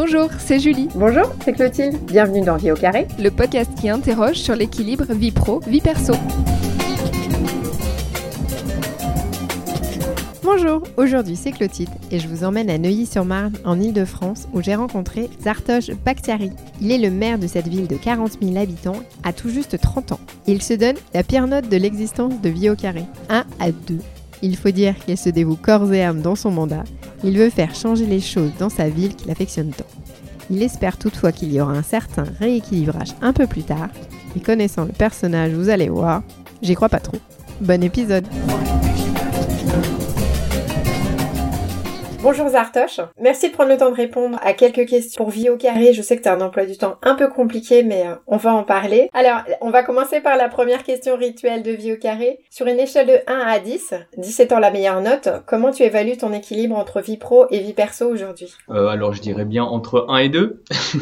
Bonjour, c'est Julie. Bonjour, c'est Clotilde. Bienvenue dans Vie au carré, le podcast qui interroge sur l'équilibre vie pro, vie perso. Bonjour, aujourd'hui c'est Clotilde et je vous emmène à Neuilly-sur-Marne en Île-de-France où j'ai rencontré Zartosh Bakhtiari. Il est le maire de cette ville de 40 000 habitants à tout juste 30 ans. Il se donne la pire note de l'existence de Vie au carré, 1 à 2. Il faut dire qu'il se dévoue corps et âme dans son mandat. Il veut faire changer les choses dans sa ville qu'il affectionne tant. Il espère toutefois qu'il y aura un certain rééquilibrage un peu plus tard. Et connaissant le personnage, vous allez voir, j'y crois pas trop. Bon épisode. Bonjour Zartosh, merci de prendre le temps de répondre à quelques questions pour Vie au carré. Je sais que tu as un emploi du temps un peu compliqué, mais on va en parler. Alors, on va commencer par la première question rituelle de Vie au carré. Sur une échelle de 1 à 10, 10 étant la meilleure note, comment tu évalues ton équilibre entre vie pro et vie perso aujourd'hui ? Alors, je dirais bien entre 1 et 2.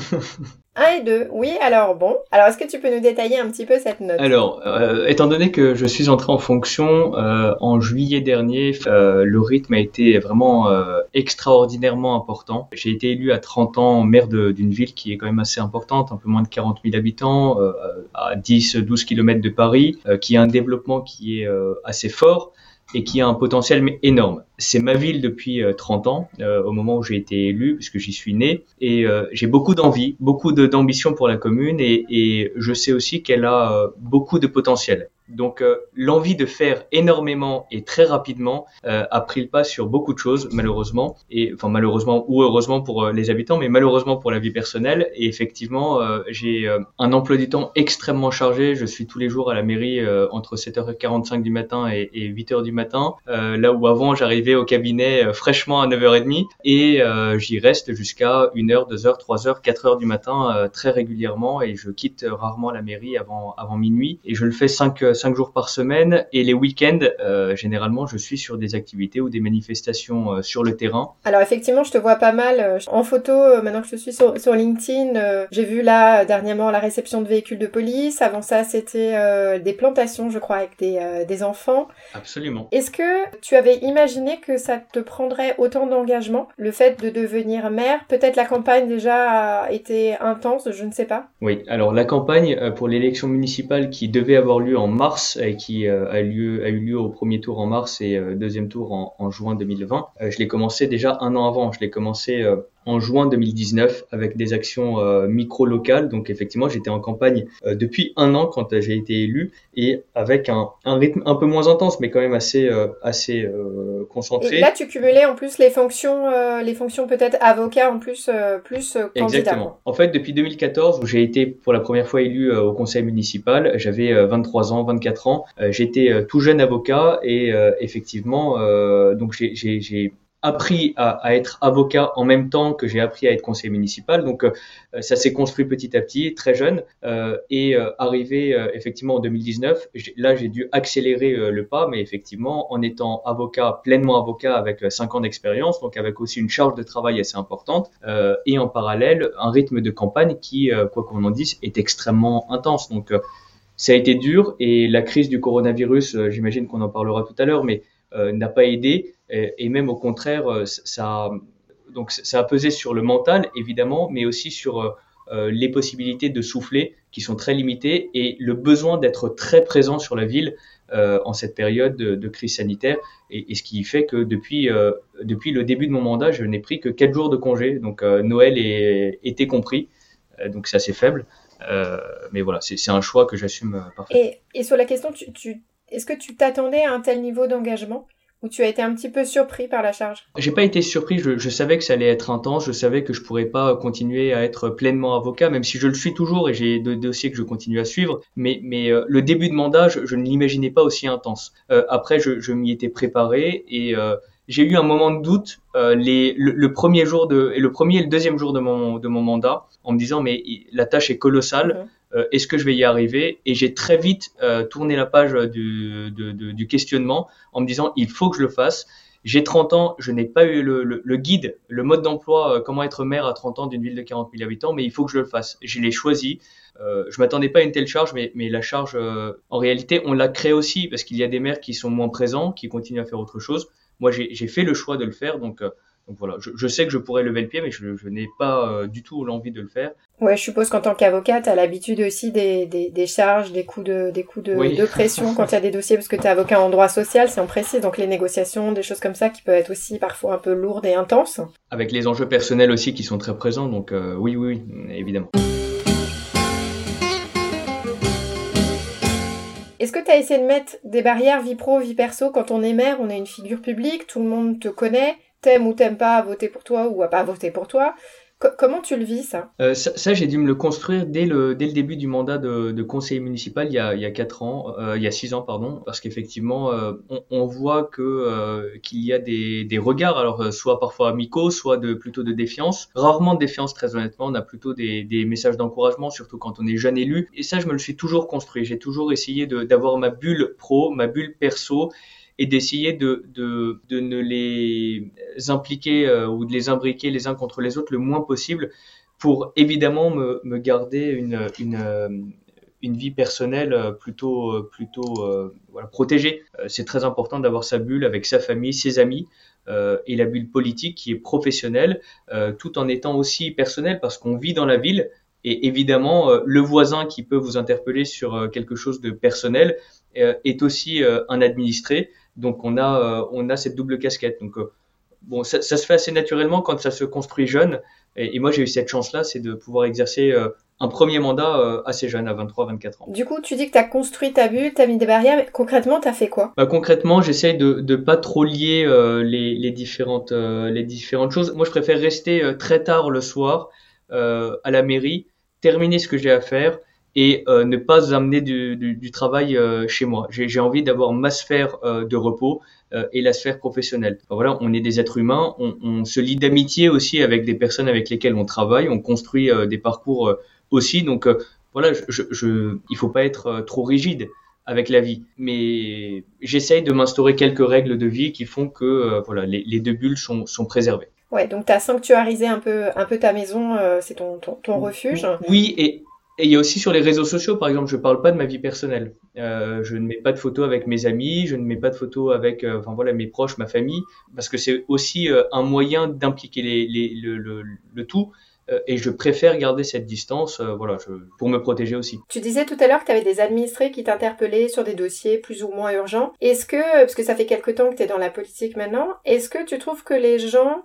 1 et 2, oui, alors bon. Alors, est-ce que tu peux nous détailler un petit peu cette note ? Alors, étant donné que je suis entré en fonction en juillet dernier, le rythme a été vraiment extraordinairement important. J'ai été élu à 30 ans maire d'une ville qui est quand même assez importante, un peu moins de 40 000 habitants, à 10-12 km de Paris, qui a un développement qui est assez fort et qui a un potentiel énorme. C'est ma ville depuis 30 ans, au moment où j'ai été élu, puisque j'y suis né, et j'ai beaucoup d'envie, beaucoup d'ambition pour la commune, et je sais aussi qu'elle a beaucoup de potentiel. Donc l'envie de faire énormément et très rapidement a pris le pas sur beaucoup de choses, malheureusement, et enfin malheureusement ou heureusement pour les habitants, mais malheureusement pour la vie personnelle. Et effectivement, j'ai un emploi du temps extrêmement chargé. Je suis tous les jours à la mairie entre 7h45 du matin et 8h du matin, là où avant j'arrivais au cabinet fraîchement à 9h30, et j'y reste jusqu'à 1h, 2h, 3h, 4h du matin très régulièrement, et je quitte rarement la mairie avant minuit, et je le fais 5 jours par semaine, et les week-ends, généralement, je suis sur des activités ou des manifestations sur le terrain. Alors effectivement, je te vois pas mal en photo, maintenant que je suis sur LinkedIn. J'ai vu là, dernièrement, la réception de véhicules de police. Avant ça, c'était des plantations, je crois, avec des enfants. Absolument. Est-ce que tu avais imaginé que ça te prendrait autant d'engagement, le fait de devenir maire ? Peut-être la campagne déjà a été intense, je ne sais pas. Oui, alors la campagne pour l'élection municipale qui devait avoir lieu en mars et qui a eu lieu au premier tour en mars et deuxième tour en juin 2020. Je l'ai commencé déjà un an avant. Je l'ai commencé en juin 2019 avec des actions micro-locales. Donc effectivement, j'étais en campagne depuis un an quand j'ai été élu, et avec un rythme un peu moins intense, mais quand même assez concentré. Et là, tu cumulais en plus les fonctions peut-être avocat en plus candidat. Exactement. En fait, depuis 2014, où j'ai été pour la première fois élu au conseil municipal, j'avais 23 ans, 24 ans. J'étais tout jeune avocat, et effectivement, donc j'ai appris à être avocat en même temps que j'ai appris à être conseiller municipal. Donc ça s'est construit petit à petit, très jeune, et arrivé effectivement en 2019, là j'ai dû accélérer le pas, mais effectivement en étant pleinement avocat avec 5 ans d'expérience, donc avec aussi une charge de travail assez importante, et en parallèle un rythme de campagne qui, quoi qu'on en dise, est extrêmement intense. Donc ça a été dur, et la crise du coronavirus, j'imagine qu'on en parlera tout à l'heure, mais n'a pas aidé, et même au contraire, ça a pesé sur le mental évidemment, mais aussi sur les possibilités de souffler qui sont très limitées, et le besoin d'être très présent sur la ville en cette période de crise sanitaire, et ce qui fait que depuis le début de mon mandat, je n'ai pris que 4 jours de congé, donc Noël et été compris, donc c'est assez faible, mais voilà, c'est un choix que j'assume parfaitement. Et sur la question, est-ce que tu t'attendais à un tel niveau d'engagement, ou tu as été un petit peu surpris par la charge ? J'ai pas été surpris, je savais que ça allait être intense, je savais que je pourrais pas continuer à être pleinement avocat, même si je le suis toujours et j'ai des dossiers que je continue à suivre, mais le début de mandat, je ne l'imaginais pas aussi intense. Après, je m'y étais préparé, et j'ai eu un moment de doute le premier et le deuxième jour de mon mandat, en me disant mais la tâche est colossale. Est-ce que je vais y arriver ? Et j'ai très vite tourné la page du questionnement en me disant il faut que je le fasse. J'ai 30 ans, je n'ai pas eu le guide, le mode d'emploi, comment être maire à 30 ans d'une ville de 40 000 habitants, mais il faut que je le fasse. Je l'ai choisi. Je m'attendais pas à une telle charge, mais la charge, en réalité, on l'a créée aussi parce qu'il y a des maires qui sont moins présents, qui continuent à faire autre chose. Moi, j'ai fait le choix de le faire, donc Donc voilà, je sais que je pourrais lever le pied, mais je n'ai pas du tout l'envie de le faire. Ouais, je suppose qu'en tant qu'avocat, tu as l'habitude aussi des charges, des coups Oui. de pression quand il y a des dossiers, parce que tu es avocat en droit social, si on précise, donc les négociations, des choses comme ça qui peuvent être aussi parfois un peu lourdes et intenses. Avec les enjeux personnels aussi qui sont très présents, donc oui, évidemment. Est-ce que tu as essayé de mettre des barrières vie pro, vie perso? Quand on est maire, on est une figure publique, tout le monde te connaît, t'aimes ou t'aimes pas à voter pour toi ou à pas voter pour toi. Comment tu le vis, ça? Ça, j'ai dû me le construire dès le début du mandat de conseiller municipal il y a 4 ans, il y a 6 ans, pardon, parce qu'effectivement, on voit qu'il y a des regards, alors soit parfois amicaux, soit plutôt de défiance. Rarement de défiance, très honnêtement, on a plutôt des messages d'encouragement, surtout quand on est jeune élu. Et ça, je me le suis toujours construit. J'ai toujours essayé d'avoir ma bulle pro, ma bulle perso, et d'essayer de ne les impliquer ou de les imbriquer les uns contre les autres le moins possible pour évidemment me garder une vie personnelle plutôt voilà, protégée. C'est très important d'avoir sa bulle avec sa famille, ses amis et la bulle politique qui est professionnelle tout en étant aussi personnelle parce qu'on vit dans la ville et évidemment le voisin qui peut vous interpeller sur quelque chose de personnel est aussi un administré. Donc on a cette double casquette. Donc bon, ça se fait assez naturellement quand ça se construit jeune. Et moi j'ai eu cette chance-là, c'est de pouvoir exercer un premier mandat assez jeune, à 23-24 ans. Du coup, tu dis que tu as construit ta bulle, tu as mis des barrières, mais concrètement, tu as fait quoi? Concrètement, j'essaye de pas trop lier les différentes choses. Moi je préfère rester très tard le soir à la mairie, terminer ce que j'ai à faire et ne pas amener du travail chez moi. J'ai envie d'avoir ma sphère de repos et la sphère professionnelle. Enfin, voilà, on est des êtres humains, on se lie d'amitié aussi avec des personnes avec lesquelles on travaille, on construit des parcours aussi. Donc voilà, il faut pas être trop rigide avec la vie, mais j'essaye de m'instaurer quelques règles de vie qui font que voilà, les deux bulles sont préservées. Ouais, donc tu as sanctuarisé un peu ta maison, c'est ton refuge. Oui, et il y a aussi sur les réseaux sociaux, par exemple, je parle pas de ma vie personnelle. Je ne mets pas de photos avec mes amis, je ne mets pas de photos avec, enfin voilà, mes proches, ma famille, parce que c'est aussi un moyen d'impliquer le tout. Et je préfère garder cette distance, voilà, pour me protéger aussi. Tu disais tout à l'heure que tu avais des administrés qui t'interpellaient sur des dossiers plus ou moins urgents. Est-ce que, parce que ça fait quelque temps que tu es dans la politique maintenant, est-ce que tu trouves que les gens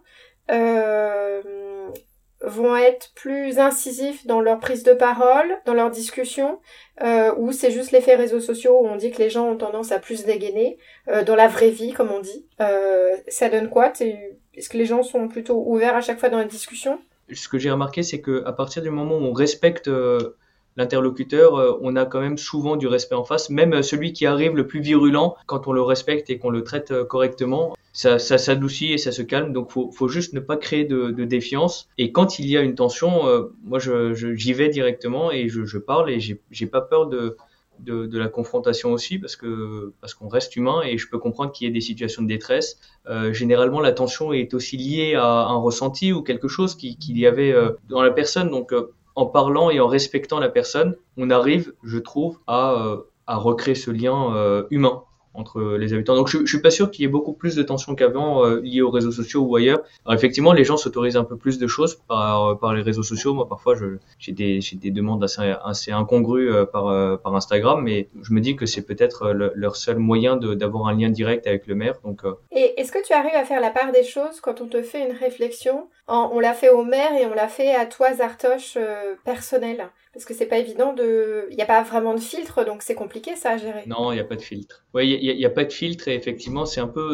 vont être plus incisifs dans leur prise de parole, dans leur discussion, ou c'est juste l'effet réseaux sociaux où on dit que les gens ont tendance à plus dégainer, dans la vraie vie, comme on dit. Ça donne quoi? Est-ce que les gens sont plutôt ouverts à chaque fois dans la discussion? Ce que j'ai remarqué, c'est que à partir du moment où on respecte l'interlocuteur, on a quand même souvent du respect en face. Même celui qui arrive le plus virulent, quand on le respecte et qu'on le traite correctement, ça s'adoucit et ça se calme. Donc faut juste ne pas créer de défiance. Et quand il y a une tension, moi j'y vais directement et je parle et j'ai pas peur de la confrontation aussi parce qu'on reste humain et je peux comprendre qu'il y ait des situations de détresse. Généralement, la tension est aussi liée à un ressenti ou quelque chose qu'il y avait dans la personne. Donc, en parlant et en respectant la personne, on arrive, je trouve, à recréer ce lien humain entre les habitants. Donc je suis pas sûr qu'il y ait beaucoup plus de tensions qu'avant liées aux réseaux sociaux ou ailleurs. Alors effectivement, les gens s'autorisent un peu plus de choses par les réseaux sociaux. Moi, parfois, j'ai des demandes assez incongrues par Instagram, mais je me dis que c'est peut-être leur seul moyen d'avoir un lien direct avec le maire. Donc, Et est-ce que tu arrives à faire la part des choses quand on te fait une réflexion? On l'a fait au maire et on l'a fait à toi, Zartoche, personnel. Parce que c'est pas évident il n'y a pas vraiment de filtre, donc c'est compliqué ça à gérer. Non, il n'y a pas de filtre. Oui, il y a pas de filtre et effectivement, c'est un peu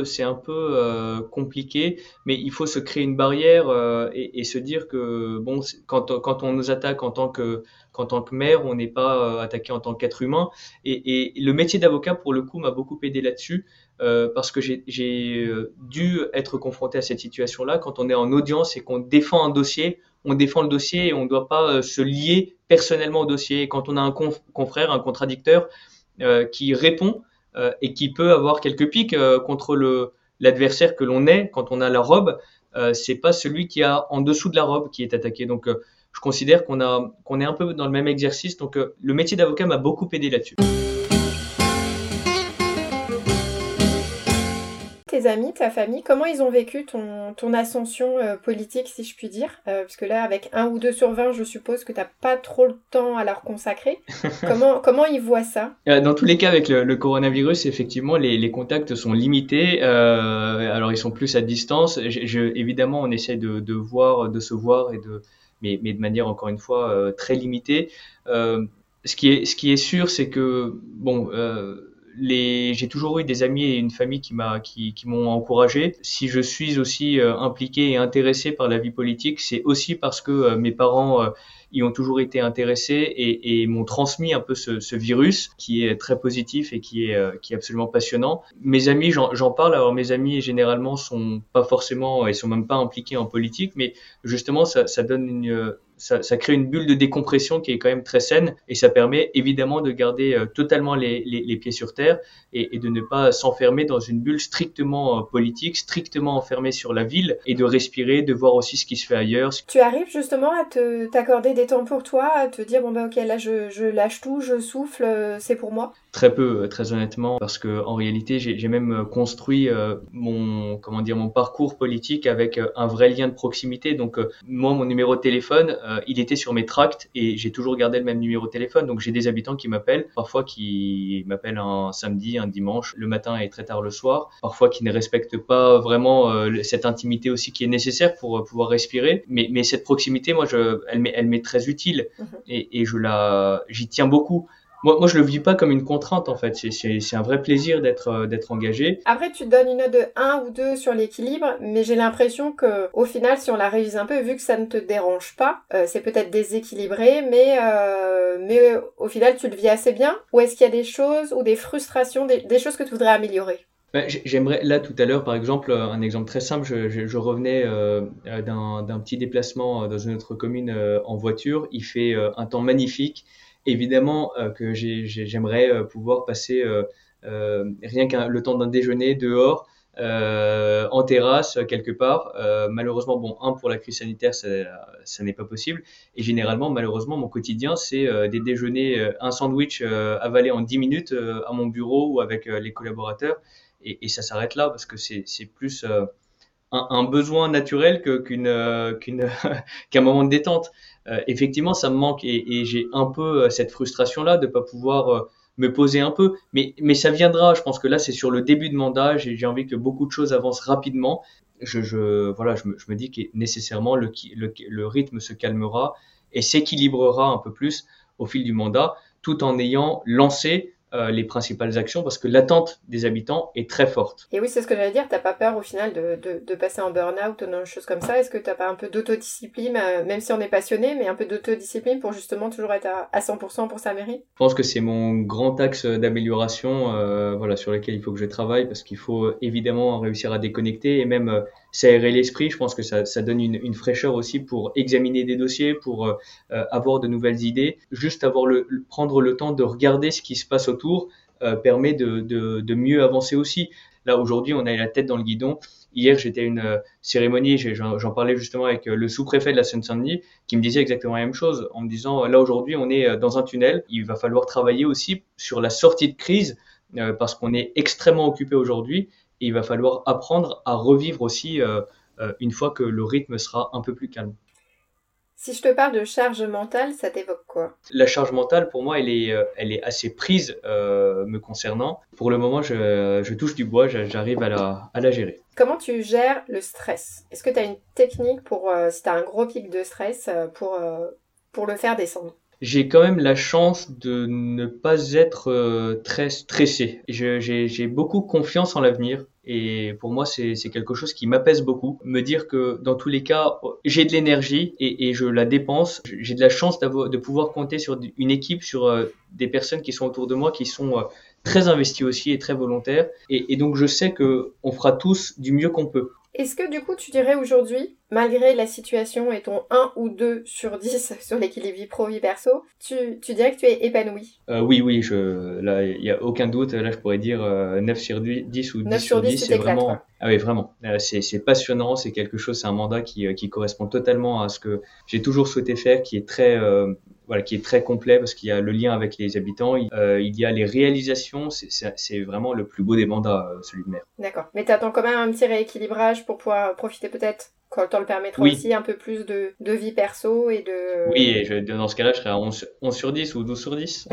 compliqué, mais il faut se créer une barrière et se dire que bon, quand on nous attaque en tant que maire, on n'est pas attaqué en tant qu'être humain. Et le métier d'avocat, pour le coup, m'a beaucoup aidé là-dessus. Parce que j'ai dû être confronté à cette situation-là. Quand on est en audience et qu'on défend un dossier, on défend le dossier et on ne doit pas se lier personnellement au dossier. Et quand on a un confrère, un contradicteur qui répond et qui peut avoir quelques piques contre l'adversaire que l'on est quand on a la robe, c'est pas celui qui a en dessous de la robe qui est attaqué. Donc je considère qu'on est un peu dans le même exercice. Donc le métier d'avocat m'a beaucoup aidé là-dessus. Tes amis, ta famille, comment ils ont vécu ton ascension politique, si je puis dire? Parce que là, avec 1 ou 2 sur 20, je suppose que t'as pas trop le temps à leur consacrer. Comment ils voient ça? Dans tous les cas, avec le coronavirus, effectivement, les contacts sont limités. Alors, ils sont plus à distance. Évidemment, on essaie de se voir mais de manière encore une fois très limitée. Ce qui est sûr, c'est que bon. J'ai toujours eu des amis et une famille qui m'ont encouragé. Si je suis aussi impliqué et intéressé par la vie politique, c'est aussi parce que mes parents y ont toujours été intéressés et m'ont transmis un peu ce virus qui est très positif et qui est absolument passionnant. Mes amis, j'en parle. Alors mes amis généralement sont pas forcément et sont même pas impliqués en politique, mais justement ça donne ça crée une bulle de décompression qui est quand même très saine et ça permet évidemment de garder totalement les pieds sur terre et de ne pas s'enfermer dans une bulle strictement politique, strictement enfermée sur la ville et de respirer, de voir aussi ce qui se fait ailleurs. Tu arrives justement à t'accorder des temps pour toi, à te dire bon ben ok là je lâche tout, je souffle, c'est pour moi? Très peu, très honnêtement, parce que en réalité, j'ai même construit mon parcours politique avec un vrai lien de proximité. Donc moi, mon numéro de téléphone, il était sur mes tracts et j'ai toujours gardé le même numéro de téléphone. Donc j'ai des habitants qui m'appellent, parfois qui m'appellent un samedi, un dimanche, le matin et très tard le soir, parfois qui ne respectent pas vraiment cette intimité aussi qui est nécessaire pour pouvoir respirer. Mais cette proximité, moi, elle m'est très utile et j'y tiens beaucoup. Moi, je le vis pas comme une contrainte, en fait. C'est un vrai plaisir d'être engagé. Après, tu te donnes une note de 1 ou 2 sur l'équilibre, mais j'ai l'impression que, au final, si on la révise un peu, vu que ça ne te dérange pas, c'est peut-être déséquilibré, mais au final, tu le vis assez bien. Ou est-ce qu'il y a des choses ou des frustrations, des choses que tu voudrais améliorer? J'aimerais, là, tout à l'heure, par exemple, un exemple très simple, je revenais d'un petit déplacement dans une autre commune en voiture. Il fait un temps magnifique. Évidemment que j'aimerais pouvoir passer rien qu'un le temps d'un déjeuner dehors, en terrasse quelque part. Malheureusement, pour la crise sanitaire, ça n'est pas possible. Et généralement, malheureusement, mon quotidien, c'est des déjeuners, un sandwich avalé en 10 minutes à mon bureau ou avec les collaborateurs. Et ça s'arrête là parce que c'est plus un besoin naturel qu'un moment de détente. Effectivement, ça me manque et j'ai un peu cette frustration-là de pas pouvoir me poser un peu. Mais ça viendra. Je pense que là, c'est sur le début de mandat. J'ai envie que beaucoup de choses avancent rapidement. Je me dis que nécessairement le rythme se calmera et s'équilibrera un peu plus au fil du mandat, tout en ayant lancé les principales actions parce que l'attente des habitants est très forte. Et oui, c'est ce que j'allais dire, t'as pas peur au final de passer en burn-out ou des choses comme ça? Est-ce que t'as pas un peu d'autodiscipline, même si on est passionné, mais un peu d'autodiscipline pour justement toujours être à 100% pour sa mairie? Je pense que c'est mon grand axe d'amélioration sur lequel il faut que je travaille parce qu'il faut évidemment réussir à déconnecter et même s'aérer l'esprit. Je pense que ça donne une fraîcheur aussi pour examiner des dossiers, pour avoir de nouvelles idées. Juste prendre le temps de regarder ce qui se passe autour permet de mieux avancer aussi. Là, aujourd'hui, on a la tête dans le guidon. Hier, j'étais à une cérémonie, j'en parlais justement avec le sous-préfet de la Seine-Saint-Denis qui me disait exactement la même chose en me disant, là, aujourd'hui, on est dans un tunnel. Il va falloir travailler aussi sur la sortie de crise parce qu'on est extrêmement occupé aujourd'hui. Et il va falloir apprendre à revivre aussi une fois que le rythme sera un peu plus calme. Si je te parle de charge mentale, ça t'évoque quoi? La charge mentale, pour moi, elle est assez prise me concernant. Pour le moment, je touche du bois, j'arrive à la gérer. Comment tu gères le stress? Est-ce que tu as une technique pour, si tu as un gros pic de stress, pour le faire descendre? J'ai quand même la chance de ne pas être très stressé. J'ai beaucoup confiance en l'avenir et pour moi c'est quelque chose qui m'apaise beaucoup. Me dire que dans tous les cas j'ai de l'énergie et je la dépense. J'ai de la chance de pouvoir compter sur une équipe, sur des personnes qui sont autour de moi qui sont très investies aussi et très volontaires et donc je sais que on fera tous du mieux qu'on peut. Est-ce que du coup tu dirais aujourd'hui, malgré la situation et ton 1 ou 2 sur 10 sur l'équilibre vie pro-vie perso, tu dirais que tu es épanoui? Oui, là, il n'y a aucun doute. Là, je pourrais dire 9 sur 10 ou 10 sur 10. C'est vraiment... Quoi. Ah oui, vraiment. C'est passionnant, c'est un mandat qui correspond totalement à ce que j'ai toujours souhaité faire, qui est très voilà, qui est très complet parce qu'il y a le lien avec les habitants, il y a les réalisations, c'est vraiment le plus beau des mandats, celui de maire. D'accord. Mais t'attends quand même un petit rééquilibrage pour pouvoir profiter peut-être, quand le temps le permettra Oui. aussi, un peu plus de vie perso et de... Oui, et dans ce cas-là, je serais à 11 sur 10 ou 12 sur 10.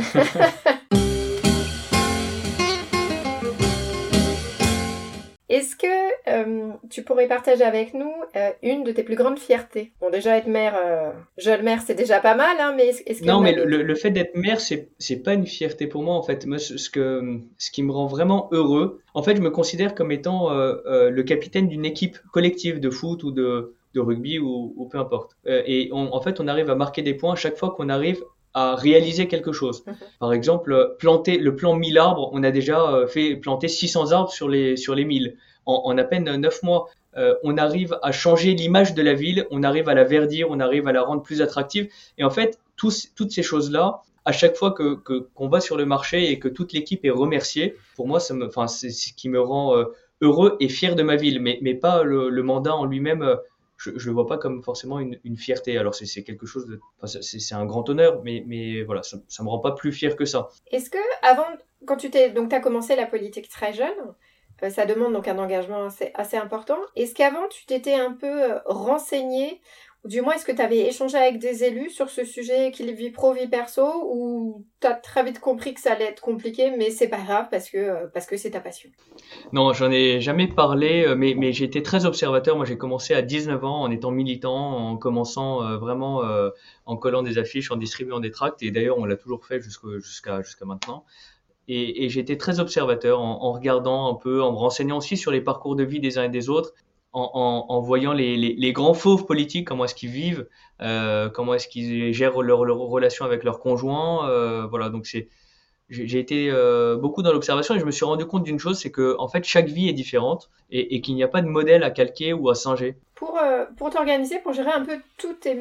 Est-ce que tu pourrais partager avec nous une de tes plus grandes fiertés? Bon, déjà être mère, jeune mère, c'est déjà pas mal, hein, mais est-ce que... Non, mais le fait d'être maire, c'est pas une fierté pour moi, en fait. Moi, ce qui me rend vraiment heureux, en fait, je me considère comme étant le capitaine d'une équipe collective de foot ou de rugby ou peu importe. Et en fait, on arrive à marquer des points à chaque fois qu'on arrive à réaliser quelque chose. Par exemple, planter le plan 1000 arbres, on a déjà fait planter 600 arbres sur les 1000 en à peine 9 mois. On arrive à changer l'image de la ville, on arrive à la verdir, on arrive à la rendre plus attractive. Et en fait, toutes ces choses-là, à chaque fois qu'on va sur le marché et que toute l'équipe est remerciée, pour moi, c'est ce qui me rend heureux et fier de ma ville, mais pas le mandat en lui-même. Je le vois pas comme forcément une fierté. Alors c'est quelque chose de, enfin, c'est un grand honneur, mais voilà, ça me rend pas plus fier que ça. Est-ce que quand t'as commencé la politique très jeune, ça demande donc un engagement assez important. Est-ce qu'avant tu t'étais un peu renseigné, ou du moins est-ce que tu avais échangé avec des élus sur ce sujet équilibre vie pro vie perso, ou t'as très vite compris que ça allait être compliqué, mais c'est pas grave parce que c'est ta passion? Non, j'en ai jamais parlé, mais j'ai été très observateur. Moi, j'ai commencé à 19 ans en étant militant, en commençant vraiment en collant des affiches, en distribuant des tracts, et d'ailleurs on l'a toujours fait jusqu'à maintenant. Et j'ai été très observateur en regardant un peu, en me renseignant aussi sur les parcours de vie des uns et des autres, en voyant les grands fauves politiques, comment est-ce qu'ils vivent, comment est-ce qu'ils gèrent leur relation avec leurs conjoints. Voilà, donc j'ai été beaucoup dans l'observation et je me suis rendu compte d'une chose, c'est que en fait chaque vie est différente et qu'il n'y a pas de modèle à calquer ou à singer. Pour t'organiser, pour gérer un peu tous tes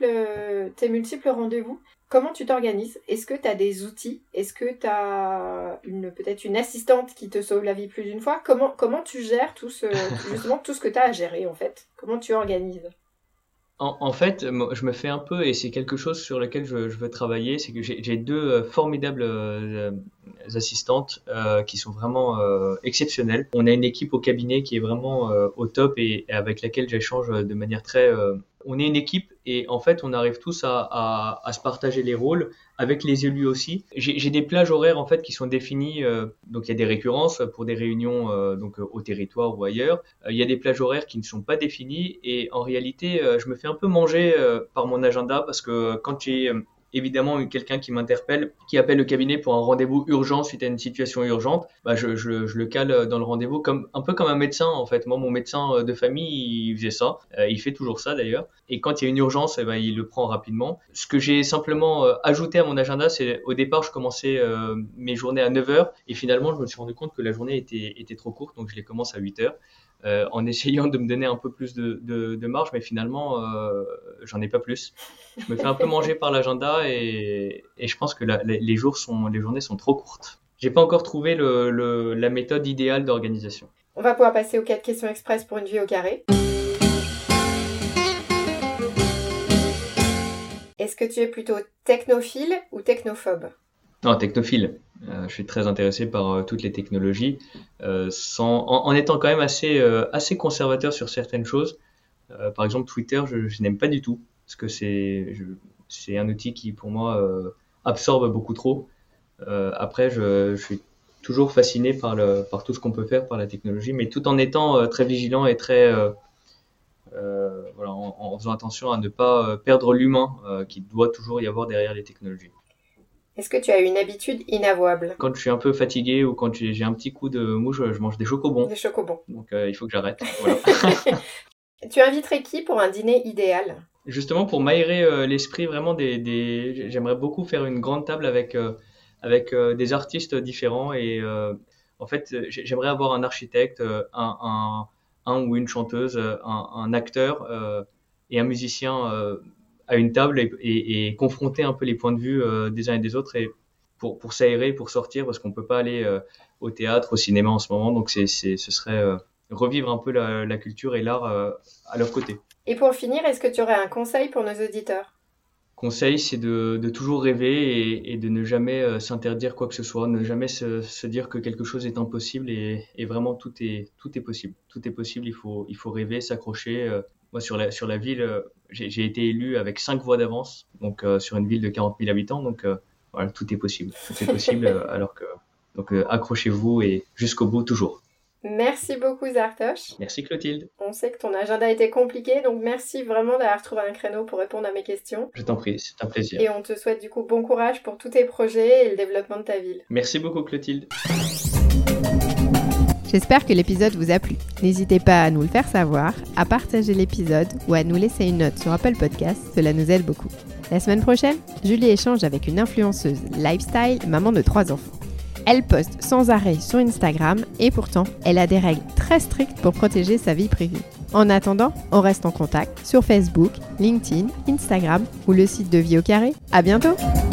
multiples rendez-vous, comment tu t'organises? Est-ce que tu as des outils? Est-ce que tu as peut-être une assistante qui te sauve la vie plus d'une fois? Comment tu gères justement tout ce que tu as à gérer en fait? Comment tu organises? En fait, je me fais un peu, et c'est quelque chose sur lequel je veux travailler, c'est que j'ai deux formidables assistantes qui sont vraiment exceptionnelles. On a une équipe au cabinet qui est vraiment au top et avec laquelle j'échange de manière très... On est une équipe et en fait, on arrive tous à se partager les rôles avec les élus aussi. J'ai des plages horaires en fait qui sont définies. Donc il y a des récurrences pour des réunions donc au territoire ou ailleurs. Il y a des plages horaires qui ne sont pas définies et en réalité, je me fais un peu manger par mon agenda parce que quand j'ai évidemment quelqu'un qui m'interpelle, qui appelle le cabinet pour un rendez-vous urgent suite à une situation urgente, bah je le cale dans le rendez-vous un peu comme un médecin en fait. Moi, mon médecin de famille, il faisait ça. Il fait toujours ça d'ailleurs. Et quand il y a une urgence, eh ben, il le prend rapidement. Ce que j'ai simplement ajouté à mon agenda, c'est au départ, je commençais mes journées à 9h et finalement, je me suis rendu compte que la journée était trop courte, donc je les commence à 8h. En essayant de me donner un peu plus de marge, mais finalement, j'en ai pas plus. Je me fais un peu manger par l'agenda et je pense que les journées sont trop courtes. J'ai pas encore trouvé la méthode idéale d'organisation. On va pouvoir passer aux 4 questions express pour une vie au carré. Est-ce que tu es plutôt technophile ou technophobe? Non, technophile. Je suis très intéressé par toutes les technologies, en étant quand même assez conservateur sur certaines choses. Par exemple, Twitter, je n'aime pas du tout, parce que c'est un outil qui, pour moi, absorbe beaucoup trop. Après, je suis toujours fasciné par tout ce qu'on peut faire par la technologie, mais tout en étant très vigilant et très... voilà, en faisant attention à ne pas perdre l'humain qui doit toujours y avoir derrière les technologies. Est-ce que tu as une habitude inavouable? Quand je suis un peu fatigué ou quand j'ai un petit coup de mouche, je mange des chocobons. Des chocobons. Donc il faut que j'arrête. Voilà. Tu inviterais qui pour un dîner idéal? Justement, pour m'aérer l'esprit, vraiment, j'aimerais beaucoup faire une grande table avec des artistes différents. Et en fait, j'aimerais avoir un architecte, un ou une chanteuse, un acteur et un musicien à une table et confronter un peu les points de vue des uns et des autres et pour s'aérer, pour sortir, parce qu'on peut pas aller au théâtre, au cinéma en ce moment, donc ce serait revivre un peu la culture et l'art à leur côté. Et pour finir, est-ce que tu aurais un conseil pour nos auditeurs? conseil, c'est de toujours rêver et de ne jamais s'interdire quoi que ce soit, ne jamais se dire que quelque chose est impossible et vraiment tout est possible. Tout est possible, il faut rêver, s'accrocher. Moi, sur la ville, j'ai été élu avec 5 voix d'avance, donc sur une ville de 40 000 habitants, donc voilà, tout est possible. Tout est possible, donc accrochez-vous et jusqu'au bout toujours. Merci beaucoup Zartosh. Merci Clotilde. On sait que ton agenda était compliqué, donc merci vraiment d'avoir trouvé un créneau pour répondre à mes questions. Je t'en prie, c'est un plaisir. Et on te souhaite du coup bon courage pour tous tes projets et le développement de ta ville. Merci beaucoup Clotilde. J'espère que l'épisode vous a plu. N'hésitez pas à nous le faire savoir, à partager l'épisode ou à nous laisser une note sur Apple Podcast, cela nous aide beaucoup. La semaine prochaine, Julie échange avec une influenceuse lifestyle, maman de 3 enfants. Elle poste sans arrêt sur Instagram et pourtant, elle a des règles très strictes pour protéger sa vie privée. En attendant, on reste en contact sur Facebook, LinkedIn, Instagram ou le site de Vie au Carré. À bientôt!